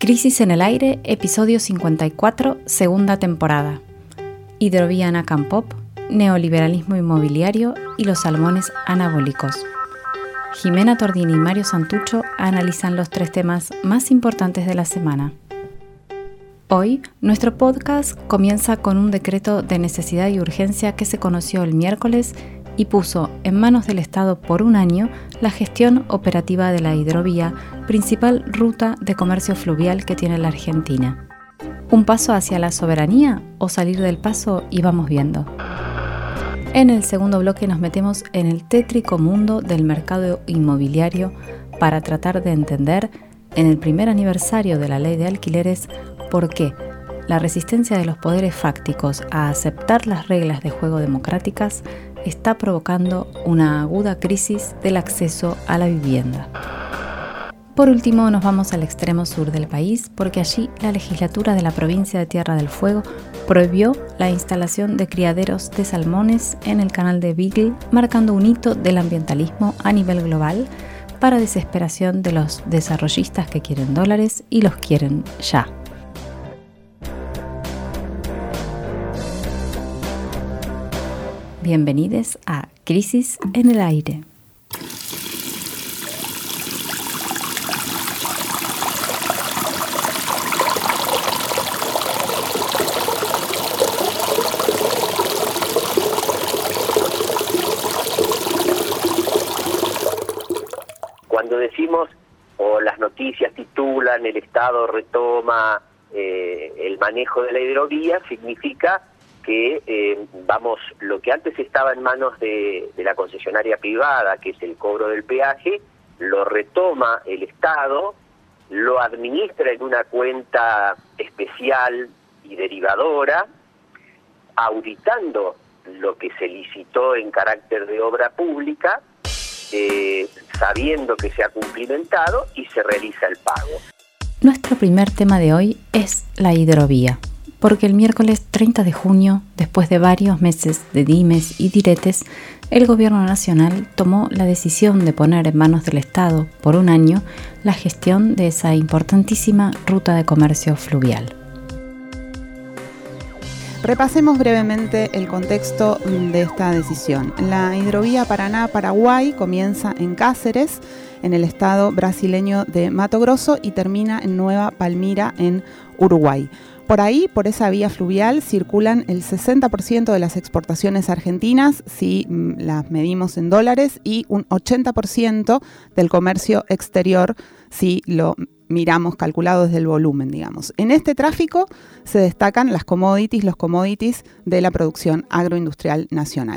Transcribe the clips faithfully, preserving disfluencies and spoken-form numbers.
Crisis en el aire, episodio cincuenta y cuatro, segunda temporada. Hidrovía Anacampop, neoliberalismo inmobiliario y los salmones anabólicos. Jimena Tordini y Mario Santucho analizan los tres temas más importantes de la semana. Hoy, nuestro podcast comienza con un decreto de necesidad y urgencia que se conoció el miércoles y puso en manos del Estado por un año la gestión operativa de la hidrovía, principal ruta de comercio fluvial que tiene la Argentina. ¿Un paso hacia la soberanía o salir del paso y vamos viendo? En el segundo bloque nos metemos en el tétrico mundo del mercado inmobiliario para tratar de entender, en el primer aniversario de la ley de alquileres, por qué la resistencia de los poderes fácticos a aceptar las reglas de juego democráticas está provocando una aguda crisis del acceso a la vivienda. Por último, nos vamos al extremo sur del país porque allí la legislatura de la provincia de Tierra del Fuego prohibió la instalación de criaderos de salmones en el canal de Beagle, marcando un hito del ambientalismo a nivel global para desesperación de los desarrollistas que quieren dólares y los quieren ya. Bienvenidos a Crisis en el aire. Cuando decimos o las noticias titulan el Estado retoma eh, el manejo de la hidrovía, significa que eh, vamos, lo que antes estaba en manos de, de la concesionaria privada, que es el cobro del peaje, lo retoma el Estado, lo administra en una cuenta especial y derivadora, auditando lo que se licitó en carácter de obra pública, eh, sabiendo que se ha cumplimentado y se realiza el pago. Nuestro primer tema de hoy es la hidrovía. Porque el miércoles treinta de junio, después de varios meses de dimes y diretes, el Gobierno Nacional tomó la decisión de poner en manos del Estado, por un año, la gestión de esa importantísima ruta de comercio fluvial. Repasemos brevemente el contexto de esta decisión. La hidrovía Paraná-Paraguay comienza en Cáceres, en el estado brasileño de Mato Grosso, y termina en Nueva Palmira, en Uruguay. Por ahí, por esa vía fluvial, circulan el sesenta por ciento de las exportaciones argentinas, si mm, las medimos en dólares, y un ochenta por ciento del comercio exterior, si lo miramos calculado desde el volumen, digamos. En este tráfico se destacan las commodities, los commodities de la producción agroindustrial nacional.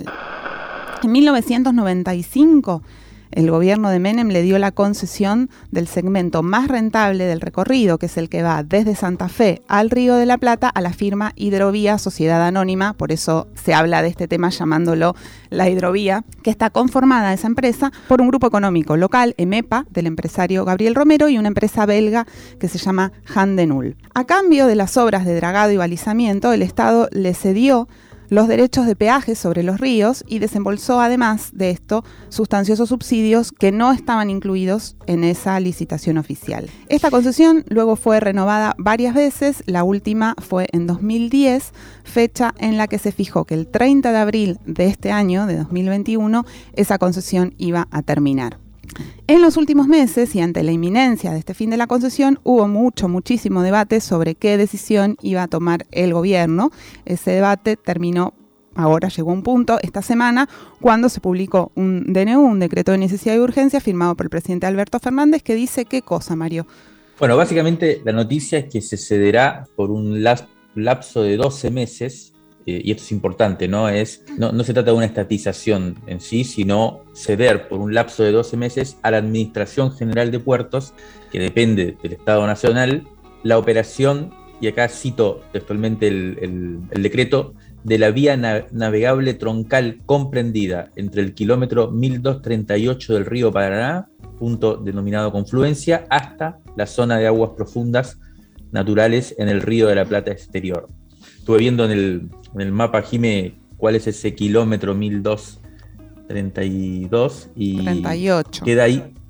En mil novecientos noventa y cinco, el gobierno de Menem le dio la concesión del segmento más rentable del recorrido, que es el que va desde Santa Fe al Río de la Plata, a la firma Hidrovía Sociedad Anónima, por eso se habla de este tema llamándolo la hidrovía, que está conformada esa empresa por un grupo económico local, EMEPA, del empresario Gabriel Romero, y una empresa belga que se llama Han de Null. A cambio de las obras de dragado y balizamiento, el Estado le cedió los derechos de peaje sobre los ríos y desembolsó además de esto sustanciosos subsidios que no estaban incluidos en esa licitación oficial. Esta concesión luego fue renovada varias veces, la última fue en dos mil diez, fecha en la que se fijó que el treinta de abril de este año, de dos mil veintiuno, esa concesión iba a terminar. En los últimos meses y ante la inminencia de este fin de la concesión hubo mucho, muchísimo debate sobre qué decisión iba a tomar el gobierno. Ese debate terminó, ahora llegó a un punto, esta semana, cuando se publicó un D N U, un decreto de necesidad y urgencia, firmado por el presidente Alberto Fernández, que dice ¿qué cosa, Mario? Bueno, básicamente la noticia es que se cederá por un lapso de doce meses, eh, y esto es importante, ¿no? Es, no, no se trata de una estatización en sí, sino ceder por un lapso de doce meses a la Administración General de Puertos, que depende del Estado Nacional, la operación, y acá cito textualmente el, el, el decreto, de la vía na- navegable troncal comprendida entre el kilómetro mil doscientos treinta y ocho del río Paraná, punto denominado confluencia, hasta la zona de aguas profundas naturales en el Río de la Plata exterior. Estuve viendo en el, en el mapa, Jime, cuál es ese kilómetro mil doscientos treinta y dos y treinta y ocho. Queda ahí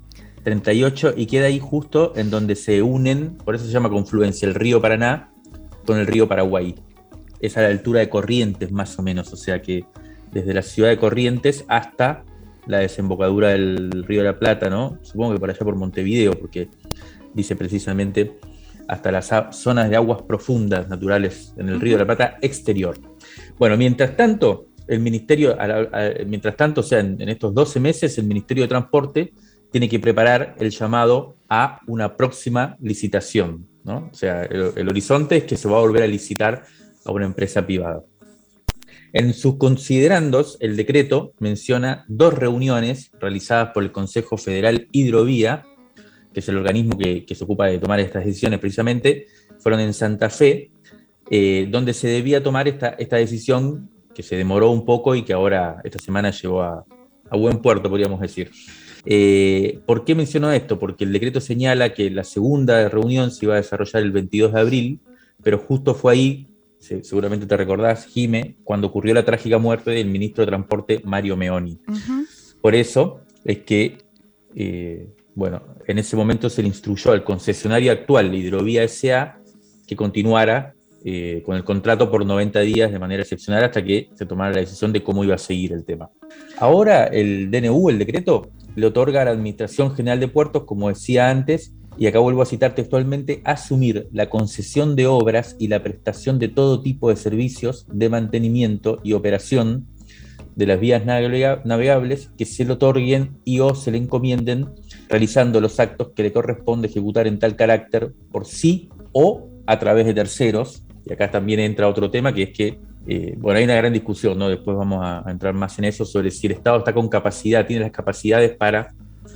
treinta y ocho, y queda ahí justo en donde se unen, por eso se llama confluencia, el río Paraná con el río Paraguay. Es a la altura de Corrientes, más o menos, o sea que desde la ciudad de Corrientes hasta la desembocadura del río de la Plata, ¿no? Supongo que por allá por Montevideo, porque dice precisamente hasta las zonas de aguas profundas naturales en el río de la Plata exterior. Bueno, mientras tanto, el Ministerio, a la, a, mientras tanto, o sea, en, en estos doce meses, el Ministerio de Transporte tiene que preparar el llamado a una próxima licitación, ¿no? O sea, el, el horizonte es que se va a volver a licitar a una empresa privada. En sus considerandos, el decreto menciona dos reuniones realizadas por el Consejo Federal Hidrovía, que es el organismo que, que se ocupa de tomar estas decisiones precisamente, fueron en Santa Fe, eh, donde se debía tomar esta, esta decisión que se demoró un poco y que ahora esta semana llegó a, a buen puerto, podríamos decir. Eh, ¿Por qué menciono esto? Porque el decreto señala que la segunda reunión se iba a desarrollar el veintidós de abril, pero justo fue ahí, seguramente te recordás, Jime, cuando ocurrió la trágica muerte del ministro de Transporte Mario Meoni. Uh-huh. Por eso es que, eh, bueno, en ese momento se le instruyó al concesionario actual, Hidrovía S A, que continuara eh, con el contrato por noventa días de manera excepcional hasta que se tomara la decisión de cómo iba a seguir el tema. Ahora el D N U, el decreto, le otorga a la Administración General de Puertos, como decía antes, y acá vuelvo a citar textualmente, asumir la concesión de obras y la prestación de todo tipo de servicios de mantenimiento y operación de las vías navegables que se le otorguen y o se le encomienden, realizando los actos que le corresponde ejecutar en tal carácter por sí o a través de terceros. Y acá también entra otro tema, que es que, eh, bueno, hay una gran discusión, ¿no? Después vamos a, a entrar más en eso, sobre si el Estado está con capacidad, tiene las capacidades para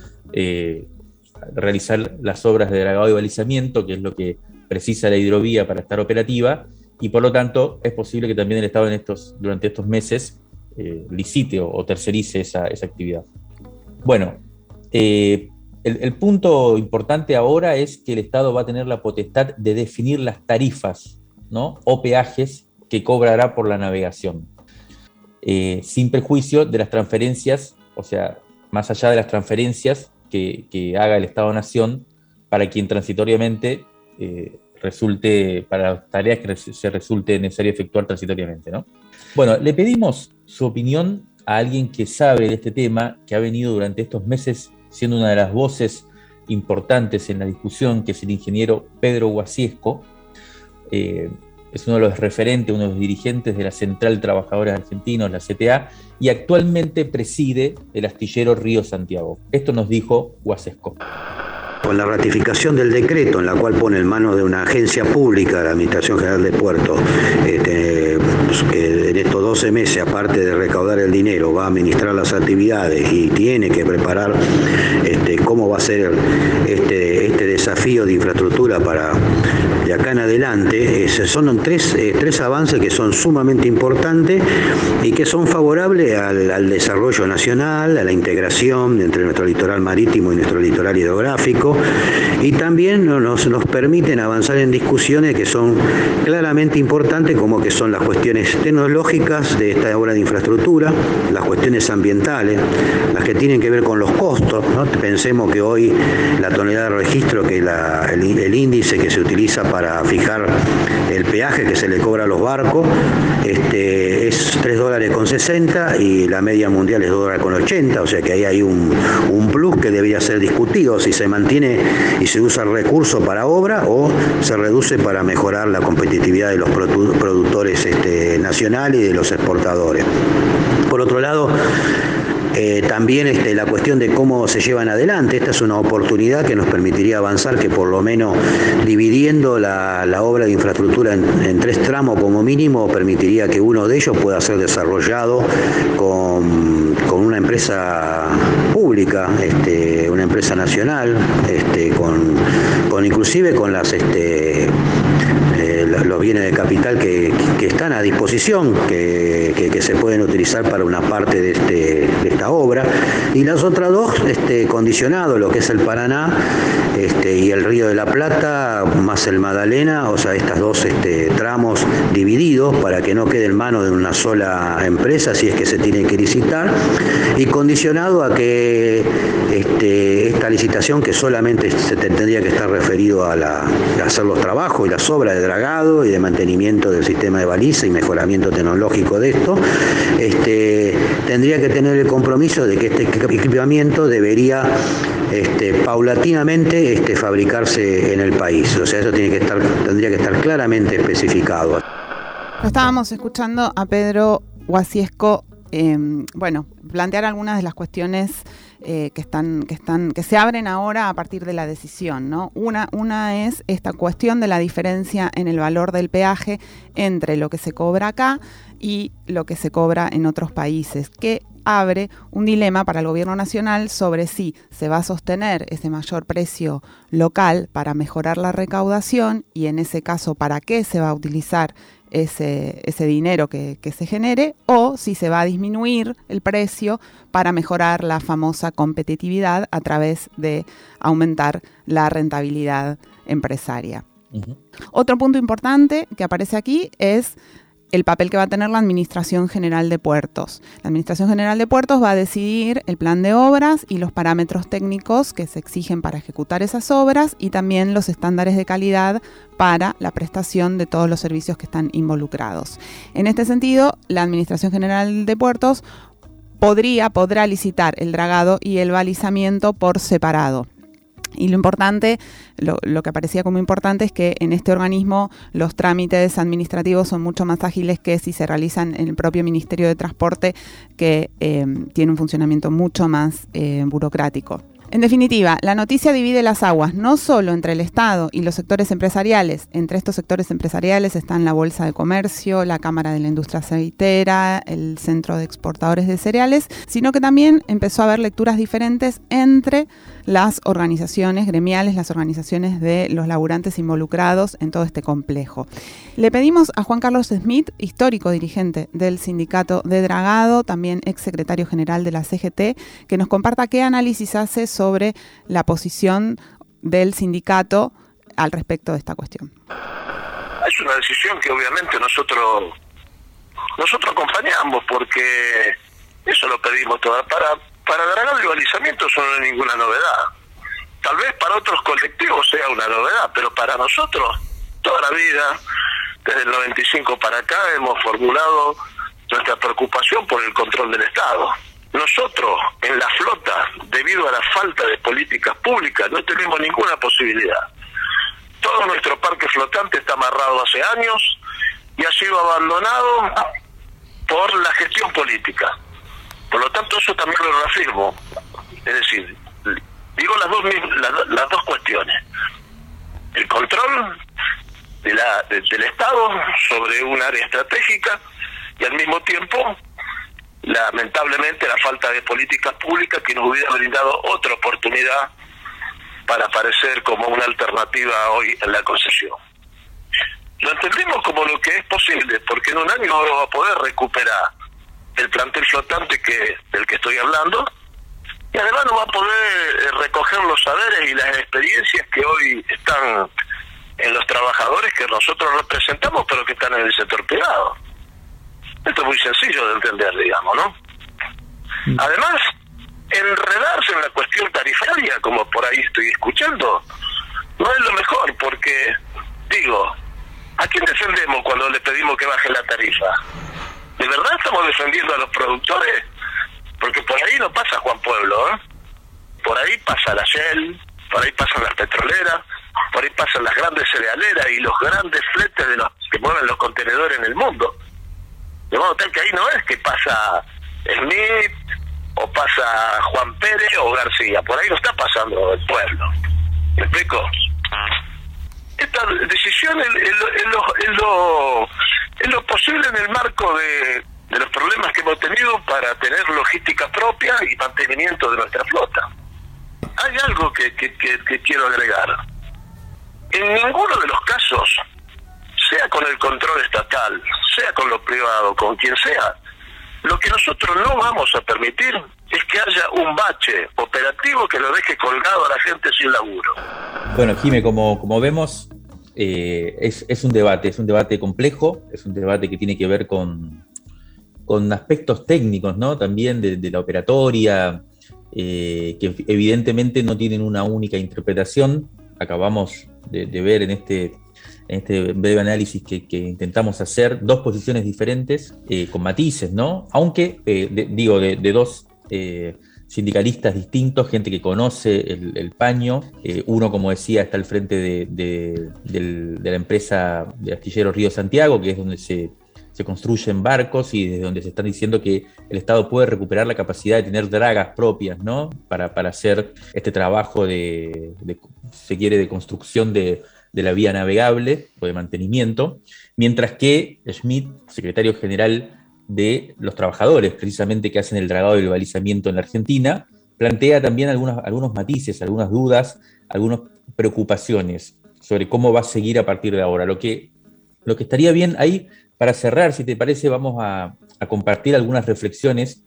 eh, realizar las obras de dragado y balizamiento, que es lo que precisa la hidrovía para estar operativa, y por lo tanto es posible que también el Estado en estos, durante estos meses eh, licite o, o tercerice esa, esa actividad. Bueno, eh, el, el punto importante ahora es que el Estado va a tener la potestad de definir las tarifas, ¿no? O peajes que cobrará por la navegación, eh, sin perjuicio de las transferencias, o sea, más allá de las transferencias que, que haga el Estado-Nación para quien transitoriamente eh, resulte, para las tareas que se resulte necesario efectuar transitoriamente, ¿no? Bueno, le pedimos su opinión a alguien que sabe de este tema, que ha venido durante estos meses siendo una de las voces importantes en la discusión, que es el ingeniero Pedro Guasiesco. Eh, es uno de los referentes, uno de los dirigentes de la Central de Trabajadores Argentinos, la C T A, y actualmente preside el astillero Río Santiago. Esto nos dijo Guasiesco. Con la ratificación del decreto, en la cual pone en manos de una agencia pública, la Administración General de Puertos, este, que en estos doce meses, aparte de recaudar el dinero, va a administrar las actividades y tiene que preparar este, cómo va a ser este, este desafío de infraestructura para de acá en adelante. Es, son tres, eh, tres avances que son sumamente importantes y que son favorables al, al desarrollo nacional, a la integración entre nuestro litoral marítimo y nuestro litoral hidrográfico, y también nos, nos permiten avanzar en discusiones que son claramente importantes, como que son las cuestiones tecnológicas de esta obra de infraestructura, las cuestiones ambientales, las que tienen que ver con los costos, ¿no? Pensemos que hoy la tonelada de registro, que la, el, el índice que se utiliza para fijar el peaje que se le cobra a los barcos, este, es tres dólares con sesenta y la media mundial es dos dólares con ochenta, o sea que ahí hay un, un plus que debería ser discutido, si se mantiene y se usa el recurso para obra o se reduce para mejorar la competitividad de los produ- productores este, nacionales y de los exportadores. Por otro lado, Eh, también este, la cuestión de cómo se llevan adelante. Esta es una oportunidad que nos permitiría avanzar, que por lo menos dividiendo la, la obra de infraestructura en, en tres tramos como mínimo, permitiría que uno de ellos pueda ser desarrollado con, con una empresa pública, este, una empresa nacional, este, con, con inclusive con las este, eh, este, los bienes de capital que, que están a disposición, que, que, que se pueden utilizar para una parte de, este, de esta obra, y las otras dos este, condicionado, lo que es el Paraná este, y el Río de la Plata, más el Magdalena, o sea, estas dos este, tramos divididos para que no quede en manos de una sola empresa, si es que se tiene que licitar, y condicionado a que este, esta licitación, que solamente se tendría que estar referido a, la, a hacer los trabajos y las obras de dragado y de mantenimiento del sistema de baliza y mejoramiento tecnológico de esto, este, tendría que tener el compromiso de que este equipamiento debería este, paulatinamente este, fabricarse en el país. O sea, eso tiene que estar, tendría que estar claramente especificado. Estábamos escuchando a Pedro Guasiesco, eh, bueno, plantear algunas de las cuestiones eh, que están, que están, que se abren ahora a partir de la decisión, ¿no? Una, una es esta cuestión de la diferencia en el valor del peaje entre lo que se cobra acá y lo que se cobra en otros países, que abre un dilema para el gobierno nacional sobre si se va a sostener ese mayor precio local para mejorar la recaudación y en ese caso para qué se va a utilizar ese, ese dinero que, que se genere, o si se va a disminuir el precio para mejorar la famosa competitividad a través de aumentar la rentabilidad empresaria. Uh-huh. Otro punto importante que aparece aquí es el papel que va a tener la Administración General de Puertos. La Administración General de Puertos va a decidir el plan de obras y los parámetros técnicos que se exigen para ejecutar esas obras y también los estándares de calidad para la prestación de todos los servicios que están involucrados. En este sentido, la Administración General de Puertos podría, podrá licitar el dragado y el balizamiento por separado. Y lo importante, lo, lo que parecía como importante es que en este organismo los trámites administrativos son mucho más ágiles que si se realizan en el propio Ministerio de Transporte, que eh, tiene un funcionamiento mucho más eh, burocrático. En definitiva, la noticia divide las aguas, no solo entre el Estado y los sectores empresariales. Entre estos sectores empresariales están la Bolsa de Comercio, la Cámara de la Industria Aceitera, el Centro de Exportadores de Cereales, sino que también empezó a haber lecturas diferentes entre las organizaciones gremiales, las organizaciones de los laburantes involucrados en todo este complejo. Le pedimos a Juan Carlos Smith, histórico dirigente del Sindicato de Dragado, también ex secretario general de la C G T, que nos comparta qué análisis hace sobre la posición del sindicato al respecto de esta cuestión. Es una decisión que obviamente nosotros nosotros acompañamos, porque eso lo pedimos toda para para dragado y balizamiento. Eso no es ninguna novedad. Tal vez para otros colectivos sea una novedad, pero para nosotros toda la vida, desde el noventa y cinco para acá, hemos formulado nuestra preocupación por el control del Estado. Nosotros, en la flota, debido a la falta de políticas públicas, no tenemos ninguna posibilidad. Todo nuestro parque flotante está amarrado hace años y ha sido abandonado por la gestión política. Por lo tanto, eso también lo reafirmo. Es decir, digo las dos, las, las dos cuestiones. El control de la, de, del Estado sobre un área estratégica y al mismo tiempo, lamentablemente, la falta de políticas públicas que nos hubiera brindado otra oportunidad para aparecer como una alternativa hoy en la concesión. Lo entendemos como lo que es posible, porque en un año vamos a poder recuperar el plantel flotante que del que estoy hablando, y además nos va a poder recoger los saberes y las experiencias que hoy están en los trabajadores que nosotros representamos, pero que están en el sector privado. Esto es muy sencillo de entender, digamos, ¿no? Además, enredarse en la cuestión tarifaria, como por ahí estoy escuchando, no es lo mejor, porque, digo, ¿a quién defendemos cuando le pedimos que baje la tarifa? ¿De verdad estamos defendiendo a los productores? Porque por ahí no pasa Juan Pueblo, ¿eh? Por ahí pasa la Shell, por ahí pasan las petroleras, por ahí pasan las grandes cerealeras y los grandes fletes de los que mueven los contenedores en el mundo. De modo tal que ahí no es que pasa Smith o pasa Juan Pérez o García, por ahí no está pasando el pueblo. ¿Me explico? Esta decisión es, es, lo, es, lo, es, lo, es lo posible en el marco de, de los problemas que hemos tenido para tener logística propia y mantenimiento de nuestra flota. Hay algo que, que, que, que quiero agregar. En ninguno de los casos sea con el control estatal, sea con lo privado, con quien sea, lo que nosotros no vamos a permitir es que haya un bache operativo que lo deje colgado a la gente sin laburo. Bueno, Jime, como, como vemos, eh, es, es un debate, es un debate complejo, es un debate que tiene que ver con, con aspectos técnicos, ¿no? También de, de la operatoria, eh, que evidentemente no tienen una única interpretación. Acabamos de, de ver en este, en este breve análisis que, que intentamos hacer dos posiciones diferentes, eh, con matices, ¿no? Aunque, eh, de, digo, de, de dos eh, sindicalistas distintos, gente que conoce el, el paño. Eh, uno, como decía, está al frente de, de, de, de la empresa de astillero Río Santiago, que es donde se, se construyen barcos y desde donde se están diciendo que el Estado puede recuperar la capacidad de tener dragas propias, ¿no? Para, para hacer este trabajo de, de, se quiere, de construcción de, de la vía navegable o de mantenimiento, mientras que Schmidt, secretario general de los trabajadores, precisamente, que hacen el dragado y el balizamiento en la Argentina, plantea también algunos, algunos matices, algunas dudas, algunas preocupaciones sobre cómo va a seguir a partir de ahora. Lo que, lo que estaría bien ahí, para cerrar, si te parece, vamos a, a compartir algunas reflexiones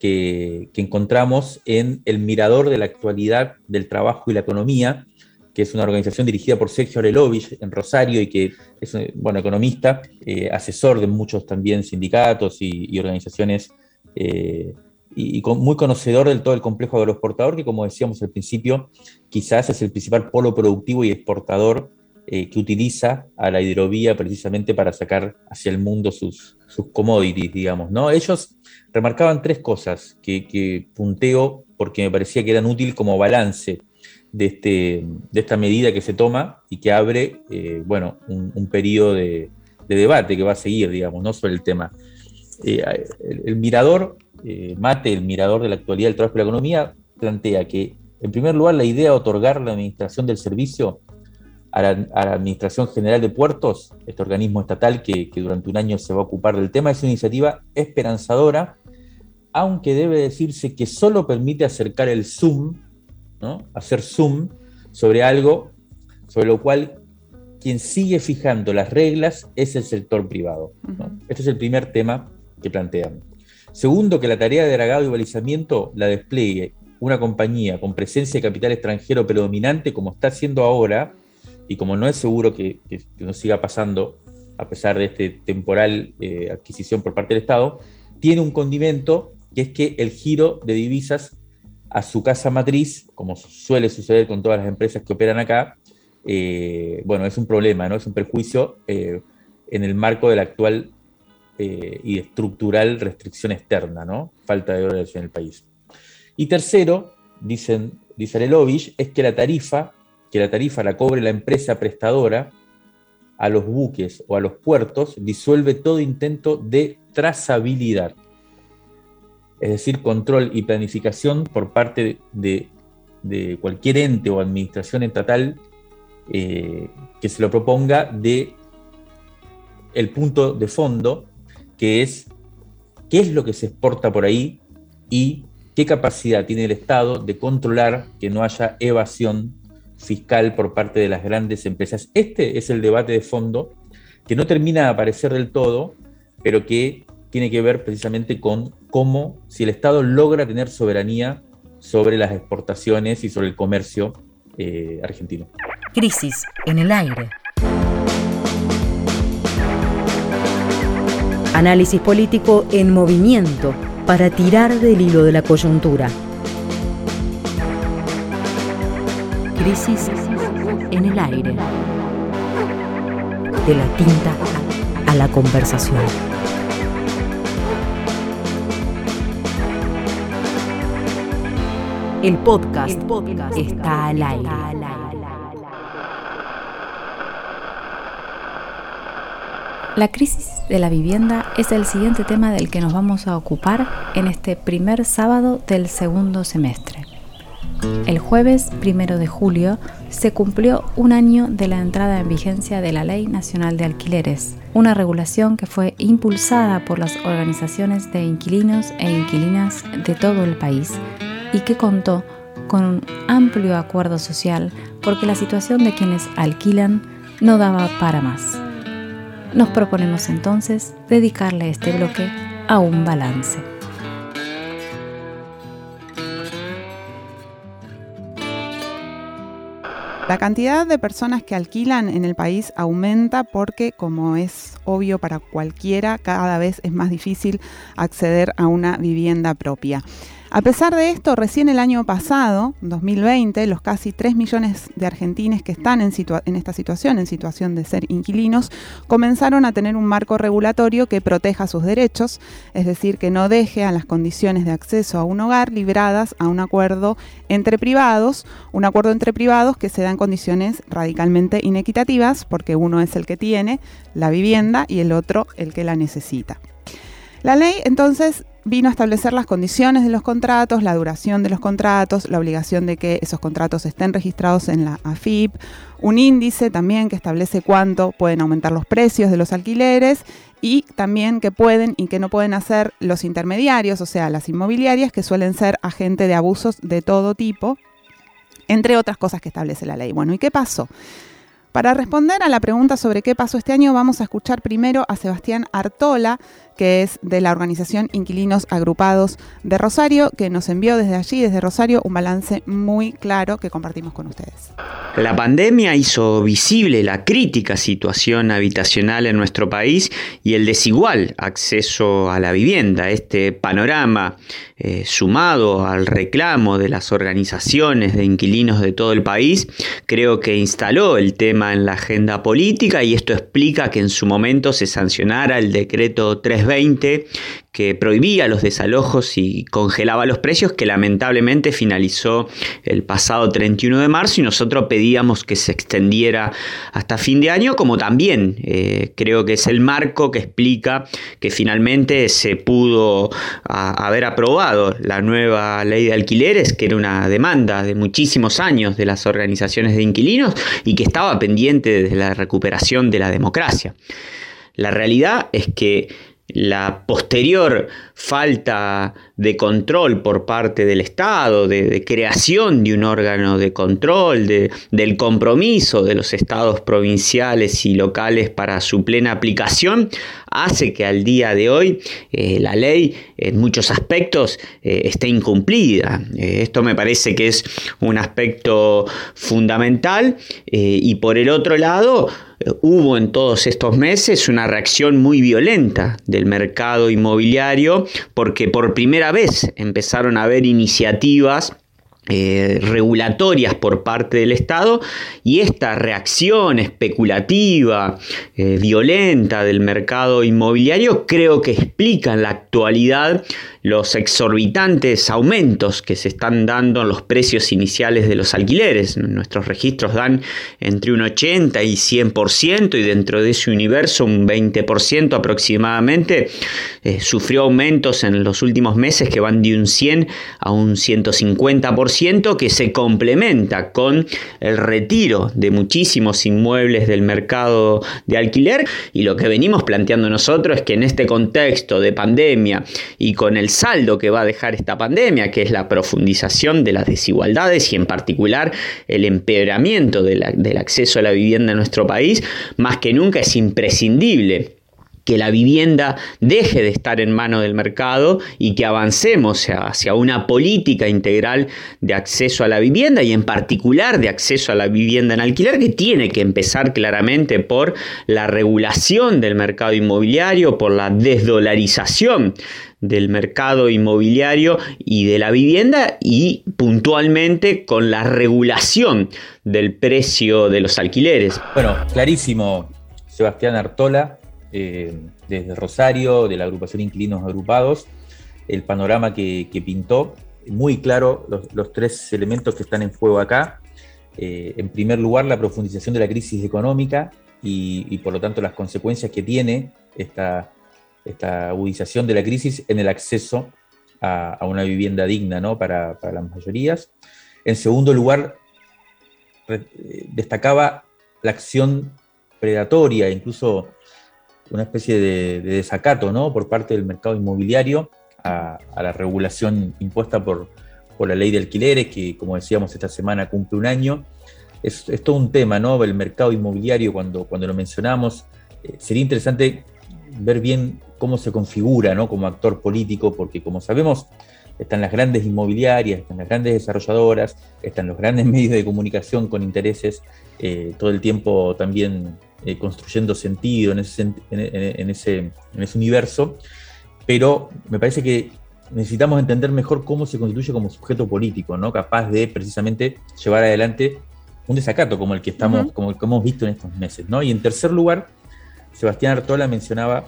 que, que encontramos en El Mirador de la Actualidad del Trabajo y la Economía, que es una organización dirigida por Sergio Arelovich en Rosario y que es un bueno, economista, eh, asesor de muchos también sindicatos y, y organizaciones, eh, y, y con, muy conocedor del todo el complejo agroexportador, que, como decíamos al principio, quizás es el principal polo productivo y exportador eh, que utiliza a la hidrovía precisamente para sacar hacia el mundo sus, sus commodities, digamos, ¿no? Ellos remarcaban tres cosas que, que punteo porque me parecía que eran útiles como balance de, este, de esta medida que se toma y que abre, eh, bueno, un, un periodo de, de debate que va a seguir, digamos, ¿no? Sobre el tema. Eh, el, el mirador, eh, Mate, el mirador de la actualidad del trabajo y la economía, plantea que, en primer lugar, la idea de otorgar la administración del servicio a la, a la Administración General de Puertos, este organismo estatal que, que durante un año se va a ocupar del tema, es una iniciativa esperanzadora, aunque debe decirse que solo permite acercar el zoom, ¿no? Hacer zoom sobre algo sobre lo cual quien sigue fijando las reglas es el sector privado, ¿no? Uh-huh. Este es el primer tema que plantean. Segundo, que la tarea de dragado y balizamiento la despliegue una compañía con presencia de capital extranjero predominante, como está haciendo ahora, y como no es seguro que, que, que nos siga pasando a pesar de este temporal eh, adquisición por parte del Estado, tiene un condimento, que es que el giro de divisas a su casa matriz, como suele suceder con todas las empresas que operan acá, eh, bueno, es un problema, ¿no? Es un perjuicio eh, en el marco de la actual eh, y estructural restricción externa, ¿no? Falta de dólares en el país. Y tercero, dicen, dice Arelovich, es que la tarifa, que la tarifa la cobre la empresa prestadora a los buques o a los puertos, disuelve todo intento de trazabilidad. Es decir, control y planificación por parte de, de cualquier ente o administración estatal eh, que se lo proponga, de el punto de fondo, que es qué es lo que se exporta por ahí y qué capacidad tiene el Estado de controlar que no haya evasión fiscal por parte de las grandes empresas. Este es el debate de fondo que no termina de aparecer del todo, pero que tiene que ver precisamente con cómo, si el Estado logra tener soberanía sobre las exportaciones y sobre el comercio eh, argentino. Crisis en el aire. Análisis político en movimiento para tirar del hilo de la coyuntura. Crisis en el aire. De la tinta a la conversación. El podcast, El podcast está al aire. La crisis de la vivienda es el siguiente tema del que nos vamos a ocupar en este primer sábado del segundo semestre. El jueves primero de julio se cumplió un año de la entrada en vigencia de la Ley Nacional de Alquileres, una regulación que fue impulsada por las organizaciones de inquilinos e inquilinas de todo el país y que contó con un amplio acuerdo social porque la situación de quienes alquilan no daba para más. nos proponemos entonces dedicarle este bloque a un balance. La cantidad de personas que alquilan en el país aumenta porque, como es obvio para cualquiera, cada vez es más difícil acceder a una vivienda propia. A pesar de esto, recién el año pasado, dos mil veinte, los casi tres millones de argentines que están en, situa- en esta situación, en situación de ser inquilinos, comenzaron a tener un marco regulatorio que proteja sus derechos, es decir, que no deje a las condiciones de acceso a un hogar libradas a un acuerdo entre privados, un acuerdo entre privados que se da en condiciones radicalmente inequitativas, porque uno es el que tiene la vivienda y el otro el que la necesita. La ley, entonces, vino a establecer las condiciones de los contratos, la duración de los contratos, la obligación de que esos contratos estén registrados en la A F I P, un índice también que establece cuánto pueden aumentar los precios de los alquileres y también qué pueden y qué no pueden hacer los intermediarios, o sea, las inmobiliarias, que suelen ser agentes de abusos de todo tipo, entre otras cosas que establece la ley. Bueno, ¿y qué pasó? Para responder a la pregunta sobre qué pasó este año, vamos a escuchar primero a Sebastián Artola, que es de la organización Inquilinos Agrupados de Rosario, que nos envió desde allí, desde Rosario, un balance muy claro que compartimos con ustedes. La pandemia hizo visible la crítica situación habitacional en nuestro país y el desigual acceso a la vivienda. Este panorama, eh, sumado al reclamo de las organizaciones de inquilinos de todo el país, creo que instaló el tema en la agenda política, y esto explica que en su momento se sancionara el decreto trescientos veinte que prohibía los desalojos y congelaba los precios, que lamentablemente finalizó el pasado treinta y uno de marzo, y nosotros pedíamos que se extendiera hasta fin de año, como también eh, creo que es el marco que explica que finalmente se pudo a, haber aprobado la nueva ley de alquileres, que era una demanda de muchísimos años de las organizaciones de inquilinos y que estaba pendiente desde la recuperación de la democracia. La realidad es que la posterior falta de control por parte del Estado, de, de creación de un órgano de control, de, del compromiso de los estados provinciales y locales para su plena aplicación, hace que al día de hoy eh, la ley en muchos aspectos eh, esté incumplida. Eh, esto me parece que es un aspecto fundamental, eh, y por el otro lado, hubo en todos estos meses una reacción muy violenta del mercado inmobiliario, porque por primera vez empezaron a haber iniciativas Eh, regulatorias por parte del Estado, y esta reacción especulativa, eh, violenta del mercado inmobiliario creo que explica en la actualidad los exorbitantes aumentos que se están dando en los precios iniciales de los alquileres. Nuestros registros dan entre un ochenta y cien por ciento, y dentro de ese universo un veinte por ciento aproximadamente eh, sufrió aumentos en los últimos meses que van de un cien a un ciento cincuenta por ciento, que se complementa con el retiro de muchísimos inmuebles del mercado de alquiler. Y lo que venimos planteando nosotros es que en este contexto de pandemia y con el saldo que va a dejar esta pandemia, que es la profundización de las desigualdades y en particular el empeoramiento de la, del acceso a la vivienda en nuestro país, más que nunca es imprescindible que la vivienda deje de estar en manos del mercado y que avancemos hacia una política integral de acceso a la vivienda, y en particular de acceso a la vivienda en alquiler, que tiene que empezar claramente por la regulación del mercado inmobiliario, por la desdolarización del mercado inmobiliario y de la vivienda, y puntualmente con la regulación del precio de los alquileres. Bueno, clarísimo, Sebastián Artola, eh, desde Rosario, de la agrupación Inquilinos Agrupados, el panorama que, que pintó, muy claro los, los tres elementos que están en juego acá. Eh, en primer lugar, la profundización de la crisis económica y, y por lo tanto las consecuencias que tiene esta esta agudización de la crisis en el acceso a, a una vivienda digna, ¿no? para, para las mayorías. En segundo lugar, re, destacaba la acción predatoria, incluso una especie de, de desacato, ¿no? por parte del mercado inmobiliario a, a la regulación impuesta por, por la ley de alquileres, que, como decíamos, esta semana cumple un año. Es, es todo un tema, ¿no? El mercado inmobiliario, cuando, cuando lo mencionamos, eh, sería interesante ver bien cómo se configura, ¿no?, como actor político, porque como sabemos, están las grandes inmobiliarias, están las grandes desarrolladoras, están los grandes medios de comunicación con intereses eh, todo el tiempo también eh, construyendo sentido en ese, en, en, ese, en ese universo, pero me parece que necesitamos entender mejor cómo se constituye como sujeto político, ¿no?, capaz de precisamente llevar adelante un desacato como el que estamos, uh-huh. como el que hemos visto en estos meses, ¿no? Y en tercer lugar, Sebastián Artola mencionaba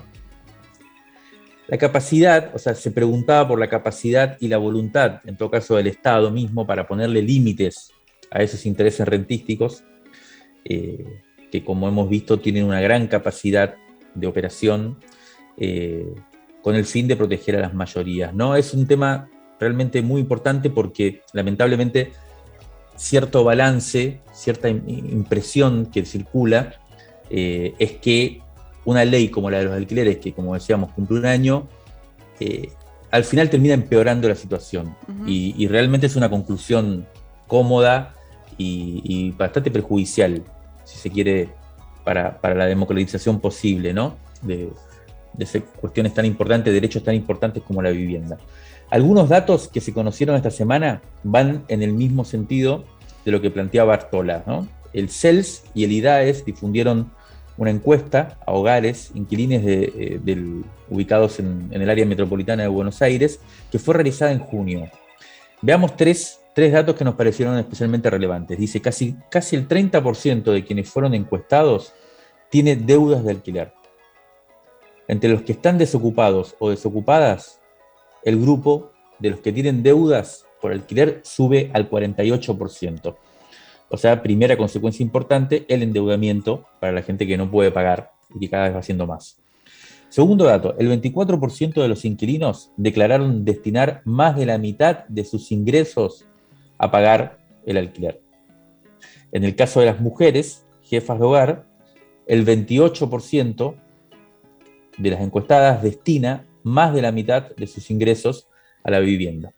la capacidad, o sea, se preguntaba por la capacidad y la voluntad, en todo caso del Estado mismo, para ponerle límites a esos intereses rentísticos, eh, que como hemos visto tienen una gran capacidad de operación, eh, con el fin de proteger a las mayorías, ¿no? Es un tema realmente muy importante porque lamentablemente cierto balance, cierta impresión que circula eh, es que una ley como la de los alquileres, que como decíamos cumple un año, eh, al final termina empeorando la situación. Uh-huh. y, y realmente es una conclusión cómoda y, y bastante perjudicial, si se quiere, para, para la democratización posible, ¿no?, de, de cuestiones tan importantes, derechos tan importantes como la vivienda. Algunos datos que se conocieron esta semana van en el mismo sentido de lo que planteaba Artola, ¿no? El C E L S y el I D A E S difundieron una encuesta a hogares, inquilines de, eh, del, ubicados en, en el área metropolitana de Buenos Aires, que fue realizada en junio. Veamos tres, tres datos que nos parecieron especialmente relevantes. Dice, casi, casi el treinta por ciento de quienes fueron encuestados tiene deudas de alquiler. Entre los que están desocupados o desocupadas, el grupo de los que tienen deudas por alquiler sube al cuarenta y ocho por ciento. O sea, primera consecuencia importante, el endeudamiento para la gente que no puede pagar y que cada vez va siendo más. Segundo dato, el veinticuatro por ciento de los inquilinos declararon destinar más de la mitad de sus ingresos a pagar el alquiler. En el caso de las mujeres, jefas de hogar, el veintiocho por ciento de las encuestadas destina más de la mitad de sus ingresos a la vivienda.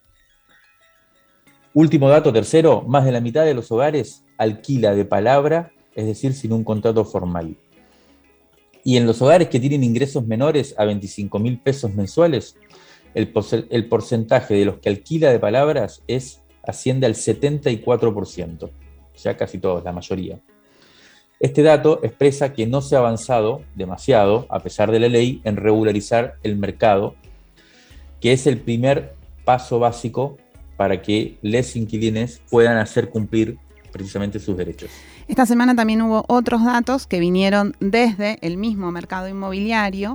Último dato, tercero, más de la mitad de los hogares alquila de palabra, es decir, sin un contrato formal. Y en los hogares que tienen ingresos menores a veinticinco mil pesos mensuales, el, el porcentaje de los que alquila de palabras es, asciende al setenta y cuatro por ciento, o sea, casi todos, la mayoría. Este dato expresa que no se ha avanzado demasiado, a pesar de la ley, en regularizar el mercado, que es el primer paso básico para que les inquilines puedan hacer cumplir precisamente sus derechos. Esta semana también hubo otros datos que vinieron desde el mismo mercado inmobiliario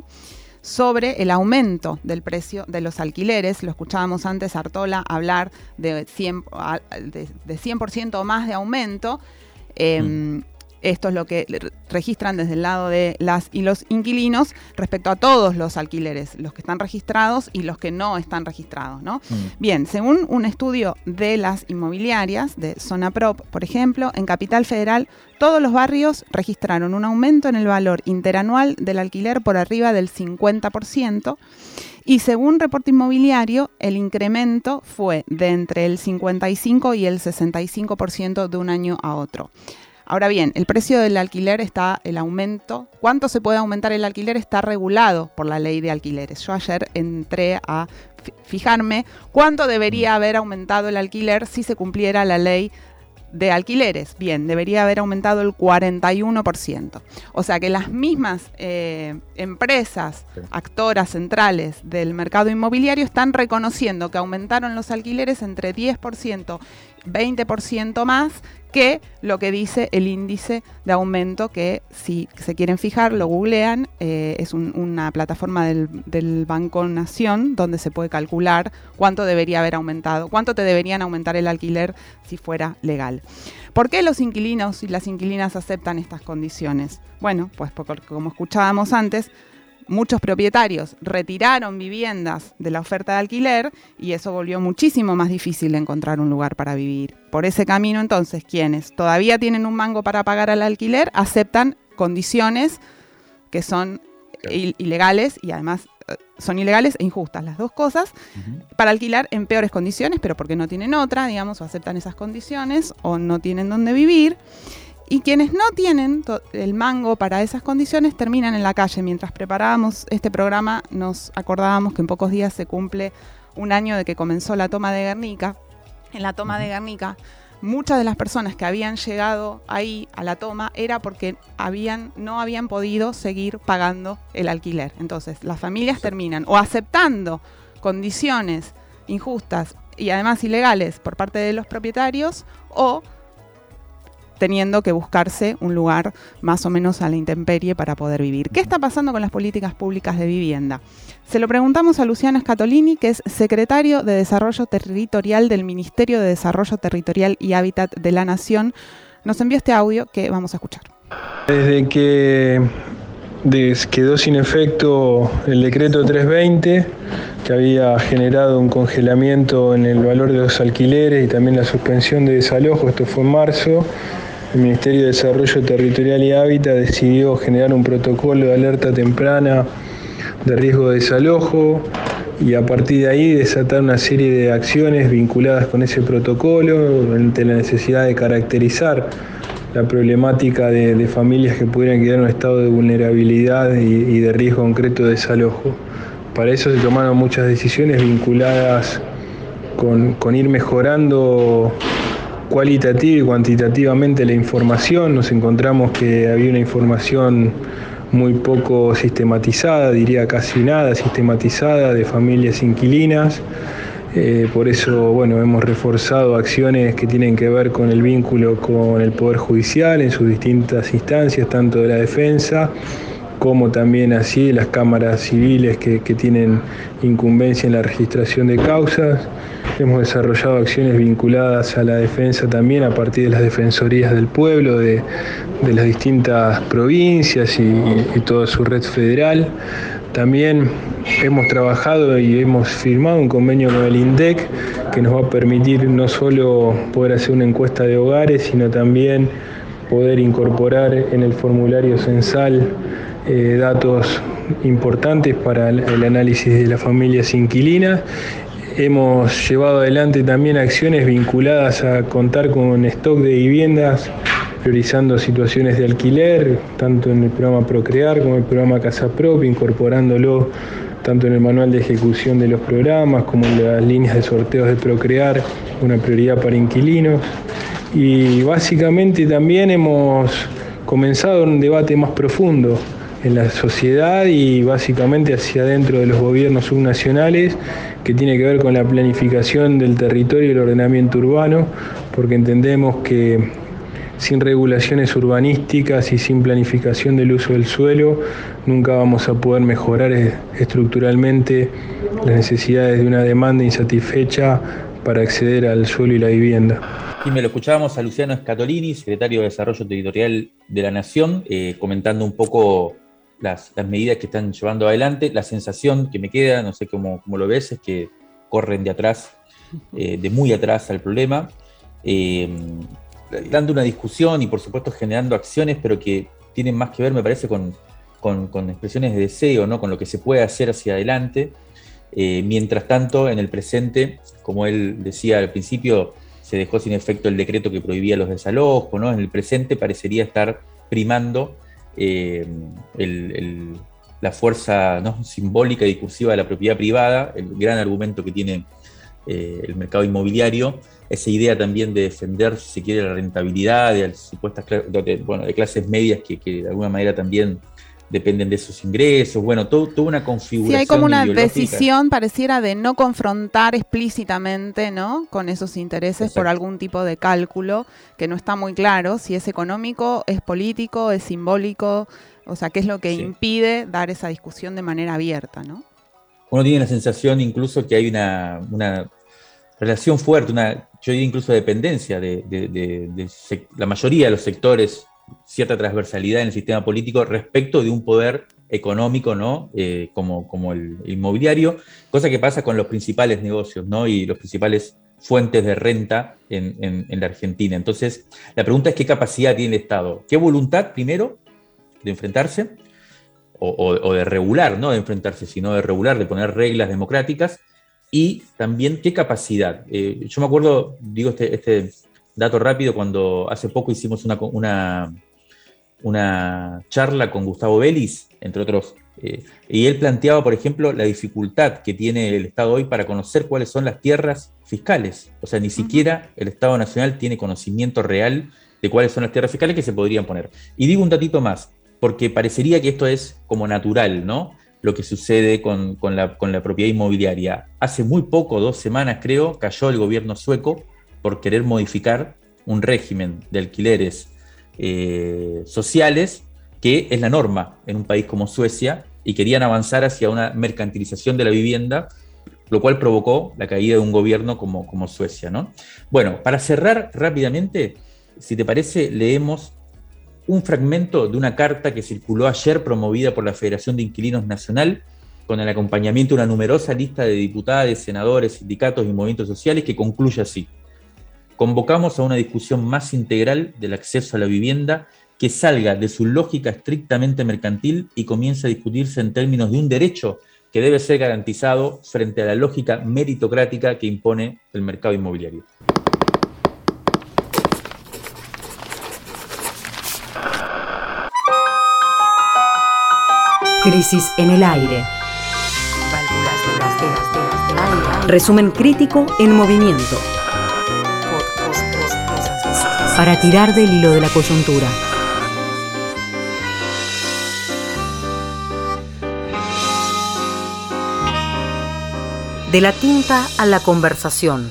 sobre el aumento del precio de los alquileres. Lo escuchábamos antes Artola hablar de cien, de, de cien por ciento más de aumento. Eh, mm. Esto es lo que registran desde el lado de las y los inquilinos respecto a todos los alquileres, los que están registrados y los que no están registrados, ¿no? Mm. Bien, según un estudio de las inmobiliarias, de Zonaprop, por ejemplo, en Capital Federal, todos los barrios registraron un aumento en el valor interanual del alquiler por arriba del cincuenta por ciento. Y según Reporte Inmobiliario, el incremento fue de entre el cincuenta y cinco y el sesenta y cinco por ciento de un año a otro. Ahora bien, el precio del alquiler está, el aumento, ¿cuánto se puede aumentar el alquiler? Está regulado por la ley de alquileres. Yo ayer entré a fijarme cuánto debería haber aumentado el alquiler si se cumpliera la ley de alquileres. Bien, debería haber aumentado el cuarenta y uno por ciento. O sea que las mismas eh, empresas, actoras centrales del mercado inmobiliario están reconociendo que aumentaron los alquileres entre diez por ciento, veinte por ciento más que lo que dice el índice de aumento, que si se quieren fijar, lo googlean, eh, es un, una plataforma del, del Banco Nación donde se puede calcular cuánto debería haber aumentado, cuánto te deberían aumentar el alquiler si fuera legal. ¿Por qué los inquilinos y las inquilinas aceptan estas condiciones? Bueno, pues porque, como escuchábamos antes, muchos propietarios retiraron viviendas de la oferta de alquiler y eso volvió muchísimo más difícil encontrar un lugar para vivir. Por ese camino, entonces, quienes todavía tienen un mango para pagar al alquiler aceptan condiciones que son il- ilegales y además son ilegales e injustas, las dos cosas, uh-huh. para alquilar en peores condiciones, pero porque no tienen otra, digamos, o aceptan esas condiciones o no tienen dónde vivir. Y quienes no tienen el mango para esas condiciones terminan en la calle. Mientras preparábamos este programa nos acordábamos que en pocos días se cumple un año de que comenzó la toma de Guernica. En la toma de Guernica, muchas de las personas que habían llegado ahí a la toma era porque habían, no habían podido seguir pagando el alquiler. Entonces las familias terminan o aceptando condiciones injustas y además ilegales por parte de los propietarios o teniendo que buscarse un lugar más o menos a la intemperie para poder vivir. ¿Qué está pasando con las políticas públicas de vivienda? Se lo preguntamos a Luciano Scatolini, que es secretario de Desarrollo Territorial del Ministerio de Desarrollo Territorial y Hábitat de la Nación. Nos envió este audio que vamos a escuchar. Desde que des- quedó sin efecto el decreto trescientos veinte, que había generado un congelamiento en el valor de los alquileres y también la suspensión de desalojo, esto fue en marzo, el Ministerio de Desarrollo Territorial y Hábitat decidió generar un protocolo de alerta temprana de riesgo de desalojo y a partir de ahí desatar una serie de acciones vinculadas con ese protocolo ante la necesidad de caracterizar la problemática de, de familias que pudieran quedar en un estado de vulnerabilidad y, y de riesgo concreto de desalojo. Para eso se tomaron muchas decisiones vinculadas con, con ir mejorando cualitativa y cuantitativamente la información. Nos encontramos que había una información muy poco sistematizada, diría casi nada sistematizada, de familias inquilinas. Eh, por eso, bueno, hemos reforzado acciones que tienen que ver con el vínculo con el Poder Judicial en sus distintas instancias, tanto de la defensa como también así las cámaras civiles que, que tienen incumbencia en la registración de causas. Hemos desarrollado acciones vinculadas a la defensa también a partir de las defensorías del pueblo, de, de las distintas provincias y, y, y toda su red federal. También hemos trabajado y hemos firmado un convenio con el INDEC que nos va a permitir no solo poder hacer una encuesta de hogares, sino también poder incorporar en el formulario censal eh, datos importantes para el, el análisis de las familias inquilinas. Hemos llevado adelante también acciones vinculadas a contar con stock de viviendas, priorizando situaciones de alquiler, tanto en el programa Procrear como en el programa Casa Propia, incorporándolo tanto en el manual de ejecución de los programas como en las líneas de sorteos de Procrear, una prioridad para inquilinos. Y básicamente también hemos comenzado un debate más profundo en la sociedad y básicamente hacia adentro de los gobiernos subnacionales, que tiene que ver con la planificación del territorio y el ordenamiento urbano, porque entendemos que sin regulaciones urbanísticas y sin planificación del uso del suelo nunca vamos a poder mejorar estructuralmente las necesidades de una demanda insatisfecha para acceder al suelo y la vivienda. Y me lo escuchábamos a Luciano Scatolini, secretario de Desarrollo Territorial de la Nación, eh, comentando un poco las, las medidas que están llevando adelante. La sensación que me queda, no sé cómo, cómo lo ves, es que corren de atrás, eh, de muy atrás al problema, eh, dando una discusión y por supuesto generando acciones, pero que tienen más que ver, me parece, con, con, con expresiones de deseo, ¿no? Con lo que se puede hacer hacia adelante. Eh, mientras tanto, en el presente, como él decía al principio, se dejó sin efecto el decreto que prohibía los desalojos, ¿no? En el presente parecería estar primando eh, el, el, la fuerza, ¿no?, simbólica y discursiva de la propiedad privada, el gran argumento que tiene eh, el mercado inmobiliario, esa idea también de defender, si se quiere, la rentabilidad de las supuestas de, bueno, de clases medias que, que de alguna manera también dependen de esos ingresos, bueno, todo, toda una configuración. Sí, hay como una ideológica. decisión, pareciera, de no confrontar explícitamente, ¿no?, con esos intereses. Exacto. Por algún tipo de cálculo que no está muy claro si es económico, es político, es simbólico, o sea, qué es lo que sí. impide dar esa discusión de manera abierta, ¿no? Uno tiene la sensación incluso que hay una, una relación fuerte, una, yo diría incluso dependencia de, de, de, de sec- la mayoría de los sectores, cierta transversalidad en el sistema político respecto de un poder económico, ¿no? Eh, como, como el, el inmobiliario, cosa que pasa con los principales negocios, ¿no? Y los principales fuentes de renta en, en, en la Argentina. Entonces, la pregunta es qué capacidad tiene el Estado, qué voluntad, primero, de enfrentarse, o, o, o de regular, no de enfrentarse, sino de regular, de poner reglas democráticas, y también qué capacidad. Eh, yo me acuerdo, digo este, este dato rápido, cuando hace poco hicimos una, una, una charla con Gustavo Vélez, entre otros, eh, y él planteaba, por ejemplo, la dificultad que tiene el Estado hoy para conocer cuáles son las tierras fiscales. O sea, ni siquiera el Estado Nacional tiene conocimiento real de cuáles son las tierras fiscales que se podrían poner. Y digo un datito más, porque parecería que esto es como natural, ¿no? Lo que sucede con, con, la, con la propiedad inmobiliaria. Hace muy poco, dos semanas creo, cayó el gobierno sueco por querer modificar un régimen de alquileres eh, sociales que es la norma en un país como Suecia, y querían avanzar hacia una mercantilización de la vivienda, lo cual provocó la caída de un gobierno como, como Suecia, ¿no? Bueno, para cerrar rápidamente, si te parece, leemos un fragmento de una carta que circuló ayer promovida por la Federación de Inquilinos Nacional, con el acompañamiento de una numerosa lista de diputados, senadores, sindicatos y movimientos sociales, que concluye así: convocamos a una discusión más integral del acceso a la vivienda que salga de su lógica estrictamente mercantil y comience a discutirse en términos de un derecho que debe ser garantizado frente a la lógica meritocrática que impone el mercado inmobiliario. Crisis en el aire. Resumen crítico en movimiento. Para tirar del hilo de la coyuntura. De la tinta a la conversación.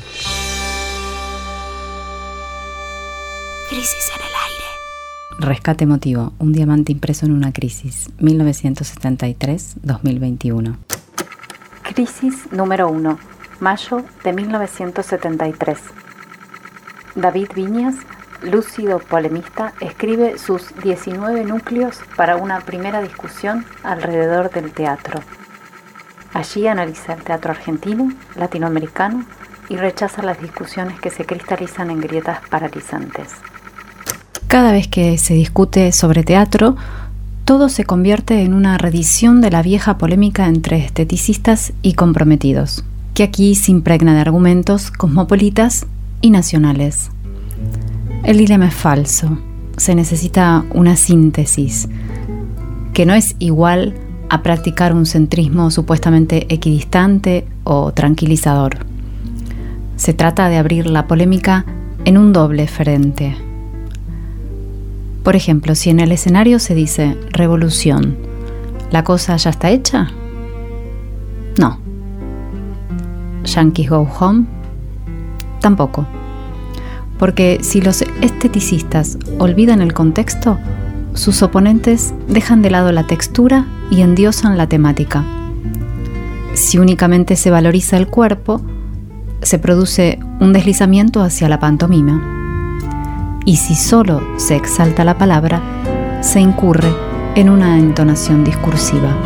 Crisis en el aire. Rescate emotivo, un diamante impreso en una crisis, mil novecientos setenta y tres a dos mil veintiuno. Crisis número uno, mayo de mil novecientos setenta y tres. David Viñas, lúcido polemista, escribe sus diecinueve núcleos para una primera discusión alrededor del teatro. Allí analiza el teatro argentino, latinoamericano y rechaza las discusiones que se cristalizan en grietas paralizantes. Cada vez que se discute sobre teatro, todo se convierte en una reedición de la vieja polémica entre esteticistas y comprometidos, que aquí se impregna de argumentos cosmopolitas y nacionales. El dilema es falso. Se necesita una síntesis, que no es igual a practicar un centrismo supuestamente equidistante o tranquilizador. Se trata de abrir la polémica en un doble frente. Por ejemplo, si en el escenario se dice revolución, ¿la cosa ya está hecha? No. Yankees Go Home, tampoco. Porque si los esteticistas olvidan el contexto, sus oponentes dejan de lado la textura y endiosan la temática. Si únicamente se valoriza el cuerpo, se produce un deslizamiento hacia la pantomima. Y si solo se exalta la palabra, se incurre en una entonación discursiva.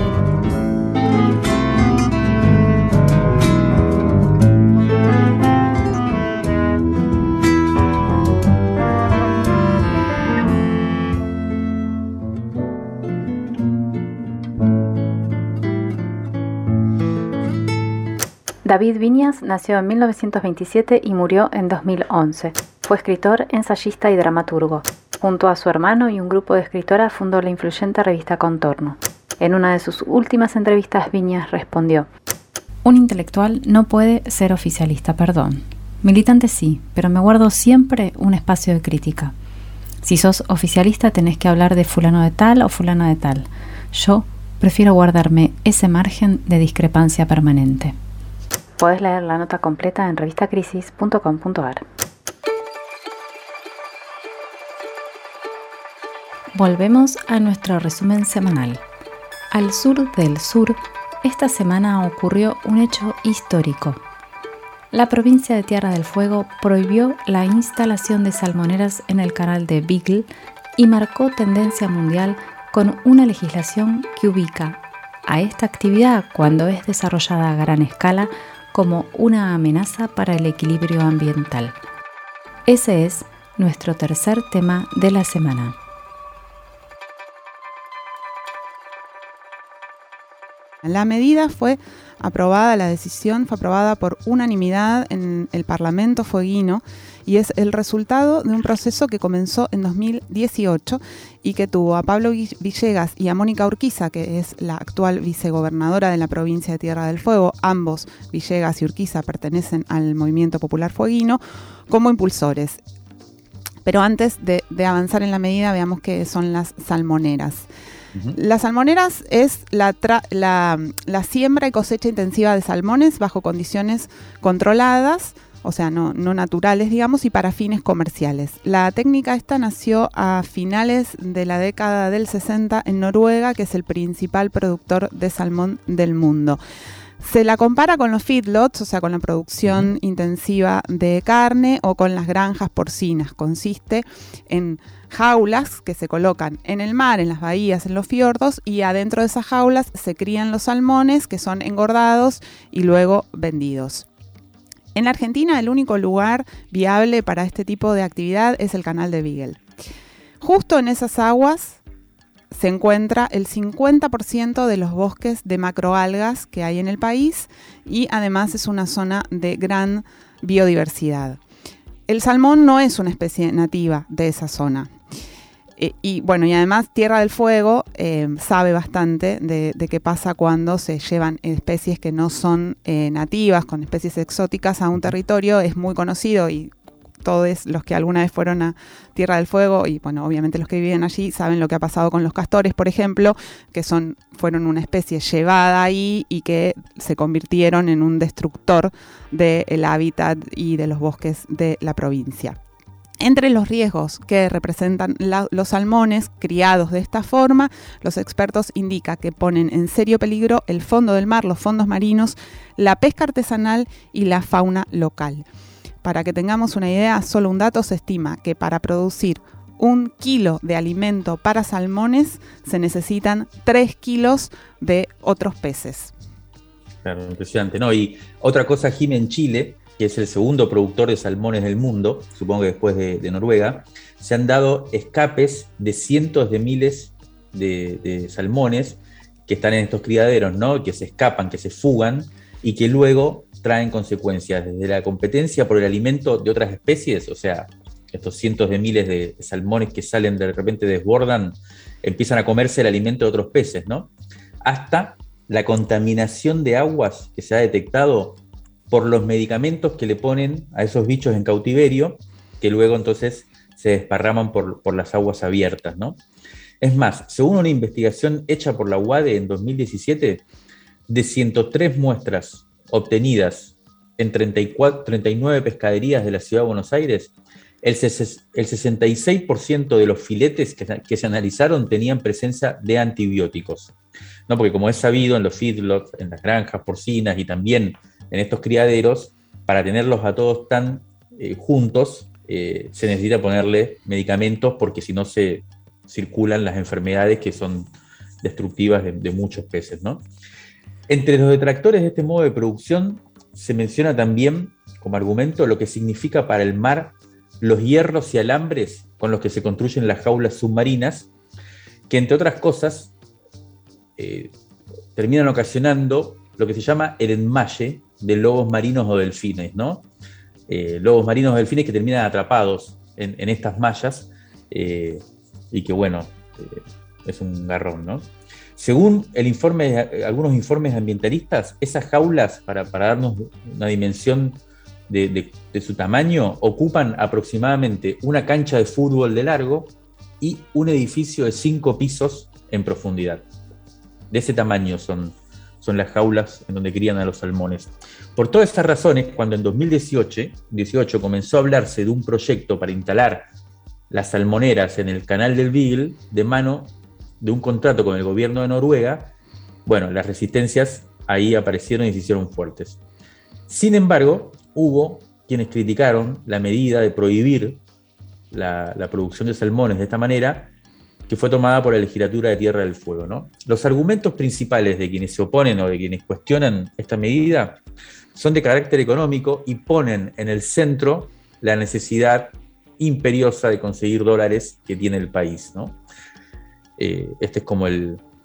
David Viñas nació en mil novecientos veintisiete y murió en dos mil once. Fue escritor, ensayista y dramaturgo. Junto a su hermano y un grupo de escritoras fundó la influyente revista Contorno. En una de sus últimas entrevistas, Viñas respondió: un intelectual no puede ser oficialista, perdón. Militante sí, pero me guardo siempre un espacio de crítica. Si sos oficialista tenés que hablar de fulano de tal o fulano de tal. Yo prefiero guardarme ese margen de discrepancia permanente. Podés leer la nota completa en revista crisis punto com punto a r. Volvemos a nuestro resumen semanal. Al sur del sur, esta semana ocurrió un hecho histórico. La provincia de Tierra del Fuego prohibió la instalación de salmoneras en el canal de Beagle y marcó tendencia mundial con una legislación que ubica a esta actividad, cuando es desarrollada a gran escala, como una amenaza para el equilibrio ambiental. Ese es nuestro tercer tema de la semana. La medida fue aprobada, la decisión fue aprobada por unanimidad en el Parlamento fueguino y es el resultado de un proceso que comenzó en dos mil dieciocho y que tuvo a Pablo Villegas y a Mónica Urquiza, que es la actual vicegobernadora de la provincia de Tierra del Fuego. Ambos, Villegas y Urquiza, pertenecen al Movimiento Popular Fueguino, como impulsores. Pero antes de, de avanzar en la medida, veamos qué son las salmoneras. Uh-huh. Las salmoneras es la, tra- la, la siembra y cosecha intensiva de salmones bajo condiciones controladas, o sea, no, no naturales, digamos, y para fines comerciales. La técnica esta nació a finales de la década del sesenta en Noruega, que es el principal productor de salmón del mundo. Se la compara con los feedlots, o sea, con la producción uh-huh. intensiva de carne, o con las granjas porcinas. Consiste en jaulas que se colocan en el mar, en las bahías, en los fiordos, y adentro de esas jaulas se crían los salmones que son engordados y luego vendidos. En la Argentina, el único lugar viable para este tipo de actividad es el canal de Beagle. Justo en esas aguas se encuentra el cincuenta por ciento de los bosques de macroalgas que hay en el país y además es una zona de gran biodiversidad. El salmón no es una especie nativa de esa zona. Eh, y bueno, y además Tierra del Fuego eh, sabe bastante de, de qué pasa cuando se llevan especies que no son eh, nativas, con especies exóticas a un territorio. Es muy conocido y todos los que alguna vez fueron a Tierra del Fuego y bueno, obviamente los que viven allí saben lo que ha pasado con los castores, por ejemplo, que son, fueron una especie llevada ahí y que se convirtieron en un destructor del hábitat y de los bosques de la provincia. Entre los riesgos que representan la, los salmones criados de esta forma, los expertos indican que ponen en serio peligro el fondo del mar, los fondos marinos, la pesca artesanal y la fauna local. Para que tengamos una idea, solo un dato, se estima que para producir un kilo de alimento para salmones se necesitan tres kilos de otros peces. Claro, impresionante, ¿no? Y otra cosa, Jime, en Chile, que es el segundo productor de salmones del mundo, supongo que después de, de Noruega, se han dado escapes de cientos de miles de, de salmones que están en estos criaderos, ¿no? Que se escapan, que se fugan y que luego traen consecuencias desde la competencia por el alimento de otras especies, o sea, estos cientos de miles de salmones que salen de repente desbordan, empiezan a comerse el alimento de otros peces, ¿no? Hasta la contaminación de aguas que se ha detectado por los medicamentos que le ponen a esos bichos en cautiverio, que luego entonces se desparraman por, por las aguas abiertas, ¿no? Es más, según una investigación hecha por la U A D E en dos mil diecisiete, de ciento tres muestras obtenidas en treinta y cuatro, treinta y nueve pescaderías de la Ciudad de Buenos Aires, el, el sesenta y seis por ciento de los filetes que, que se analizaron tenían presencia de antibióticos, ¿no? Porque como es sabido, en los feedlots, en las granjas porcinas y también en estos criaderos, para tenerlos a todos tan eh, juntos, eh, se necesita ponerle medicamentos porque si no se circulan las enfermedades que son destructivas de, de muchos peces, ¿no? Entre los detractores de este modo de producción se menciona también como argumento lo que significa para el mar los hierros y alambres con los que se construyen las jaulas submarinas, que entre otras cosas eh, terminan ocasionando lo que se llama el enmalle de lobos marinos o delfines, ¿no? Eh, lobos marinos o delfines que terminan atrapados en, en estas mallas eh, y que, bueno, eh, es un garrón, ¿no? Según el informe, algunos informes ambientalistas, esas jaulas, para, para darnos una dimensión de, de, de su tamaño, ocupan aproximadamente una cancha de fútbol de largo y un edificio de cinco pisos en profundidad. De ese tamaño son, son las jaulas en donde crían a los salmones. Por todas estas razones, cuando en dos mil dieciocho comenzó a hablarse de un proyecto para instalar las salmoneras en el canal del Beagle, de mano de un contrato con el gobierno de Noruega, bueno, las resistencias ahí aparecieron y se hicieron fuertes. Sin embargo, hubo quienes criticaron la medida de prohibir la, la producción de salmones de esta manera, que fue tomada por la legislatura de Tierra del Fuego, ¿no? Los argumentos principales de quienes se oponen o de quienes cuestionan esta medida son de carácter económico y ponen en el centro la necesidad imperiosa de conseguir dólares que tiene el país, ¿no? Eh, este es como el,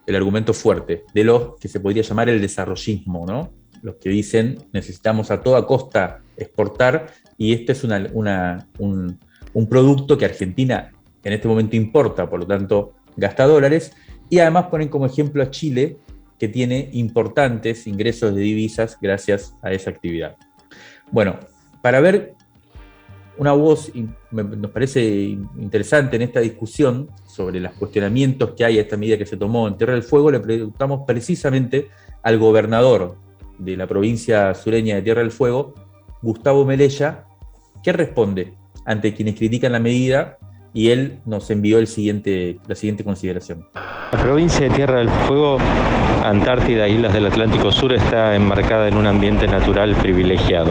el argumento fuerte de los que se podría llamar el desarrollismo, ¿no? Los que dicen necesitamos a toda costa exportar y este es una, una, un, un producto que Argentina en este momento importa, por lo tanto gasta dólares, y además ponen como ejemplo a Chile, que tiene importantes ingresos de divisas gracias a esa actividad. Bueno, para ver una voz, nos parece interesante en esta discusión sobre los cuestionamientos que hay a esta medida que se tomó en Tierra del Fuego, le preguntamos precisamente al gobernador de la provincia sureña de Tierra del Fuego, Gustavo Melella, que responde ante quienes critican la medida, y él nos envió el siguiente, la siguiente consideración. La provincia de Tierra del Fuego, Antártida, Islas del Atlántico Sur, está enmarcada en un ambiente natural privilegiado,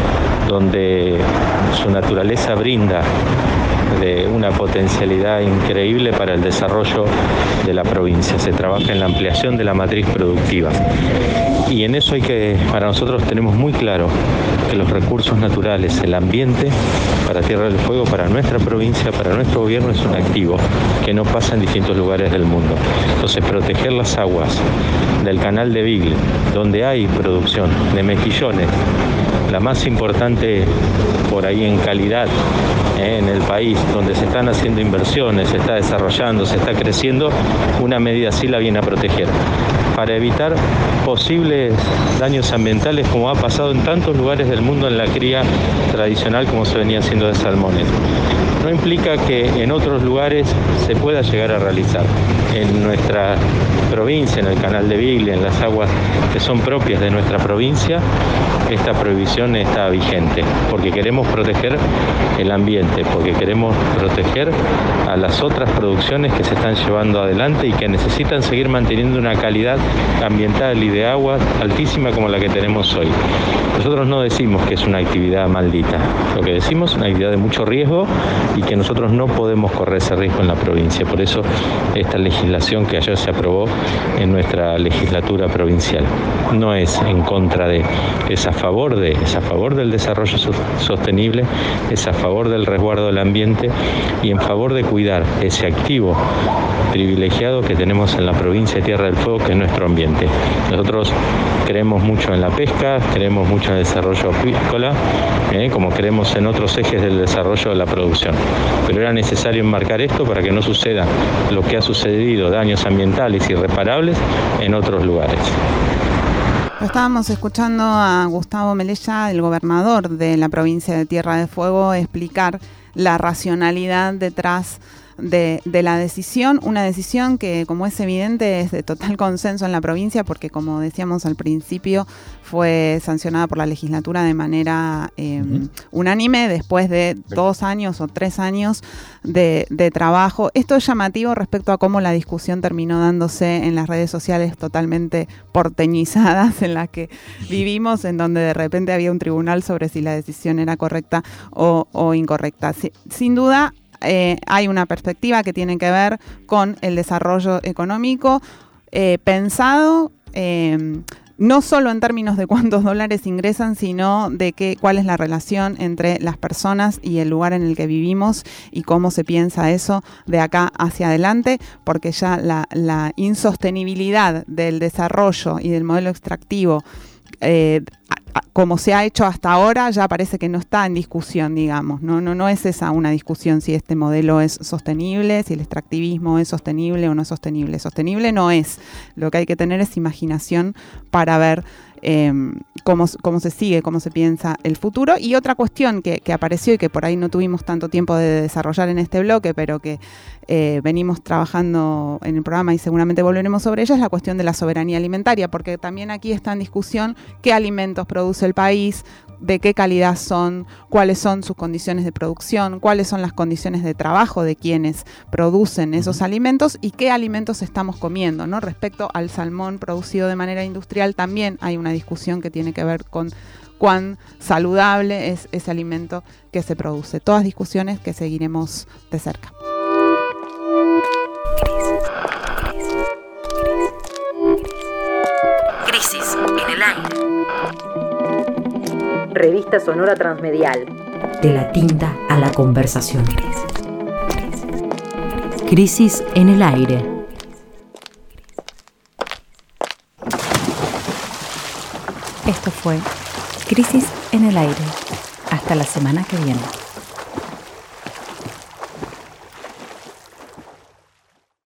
donde su naturaleza brinda de una potencialidad increíble para el desarrollo de la provincia. Se trabaja en la ampliación de la matriz productiva. Y en eso hay que, para nosotros tenemos muy claro que los recursos naturales, el ambiente, para Tierra del Fuego, para nuestra provincia, para nuestro gobierno es un activo que no pasa en distintos lugares del mundo. Entonces, proteger las aguas del canal de Beagle, donde hay producción de mejillones, la más importante por ahí en calidad eh, en el país, donde se están haciendo inversiones, se está desarrollando, se está creciendo, una medida así la viene a proteger, para evitar posibles daños ambientales como ha pasado en tantos lugares del mundo en la cría tradicional como se venía haciendo de salmones. No implica que en otros lugares se pueda llegar a realizar. En nuestra provincia, en el canal de Beagle, en las aguas que son propias de nuestra provincia, esta prohibición está vigente, porque queremos proteger el ambiente, porque queremos proteger a las otras producciones que se están llevando adelante y que necesitan seguir manteniendo una calidad ambiental y de agua altísima como la que tenemos hoy. Nosotros no decimos que es una actividad maldita, lo que decimos es una actividad de mucho riesgo y que nosotros no podemos correr ese riesgo en la provincia. Por eso esta legislación que ayer se aprobó en nuestra legislatura provincial no es en contra de, es a favor de, es a favor del desarrollo sostenible, es a favor del resguardo del ambiente y en favor de cuidar ese activo privilegiado que tenemos en la provincia de Tierra del Fuego, que es nuestro ambiente. Nosotros creemos mucho en la pesca, creemos mucho en el desarrollo apícola, eh, como creemos en otros ejes del desarrollo de la producción. Pero era necesario enmarcar esto para que no suceda lo que ha sucedido, daños ambientales irreparables en otros lugares. Estábamos escuchando a Gustavo Melella, el gobernador de la provincia de Tierra del Fuego, explicar la racionalidad detrás de, de la decisión, una decisión que, como es evidente, es de total consenso en la provincia porque, como decíamos al principio, fue sancionada por la legislatura de manera eh, uh-huh. unánime después de dos años o tres años de, de trabajo. Esto es llamativo respecto a cómo la discusión terminó dándose en las redes sociales totalmente porteñizadas en las que vivimos, en donde de repente había un tribunal sobre si la decisión era correcta o, o incorrecta. Si, sin duda, Eh, hay una perspectiva que tiene que ver con el desarrollo económico eh, pensado eh, no solo en términos de cuántos dólares ingresan, sino de qué, cuál es la relación entre las personas y el lugar en el que vivimos y cómo se piensa eso de acá hacia adelante, porque ya la, la insostenibilidad del desarrollo y del modelo extractivo Eh, a, a, como se ha hecho hasta ahora, ya parece que no está en discusión, digamos. No, no, no es esa una discusión si este modelo es sostenible, si el extractivismo es sostenible o no es sostenible. Sostenible no es. Lo que hay que tener es imaginación para ver eh, cómo, cómo se sigue, cómo se piensa el futuro. Y otra cuestión que, que apareció y que por ahí no tuvimos tanto tiempo de desarrollar en este bloque, pero que eh, venimos trabajando en el programa y seguramente volveremos sobre ella, es la cuestión de la soberanía alimentaria, porque también aquí está en discusión qué alimentos produce el país, de qué calidad son, cuáles son sus condiciones de producción, cuáles son las condiciones de trabajo de quienes producen esos alimentos y qué alimentos estamos comiendo, ¿no? Respecto al salmón producido de manera industrial también hay una discusión que tiene que ver con cuán saludable es ese alimento que se produce. Todas discusiones que seguiremos de cerca. Crisis en el aire. Revista sonora transmedial. De la tinta a la conversación. Crisis en el aire. fue Crisis en el Aire. Hasta la semana que viene.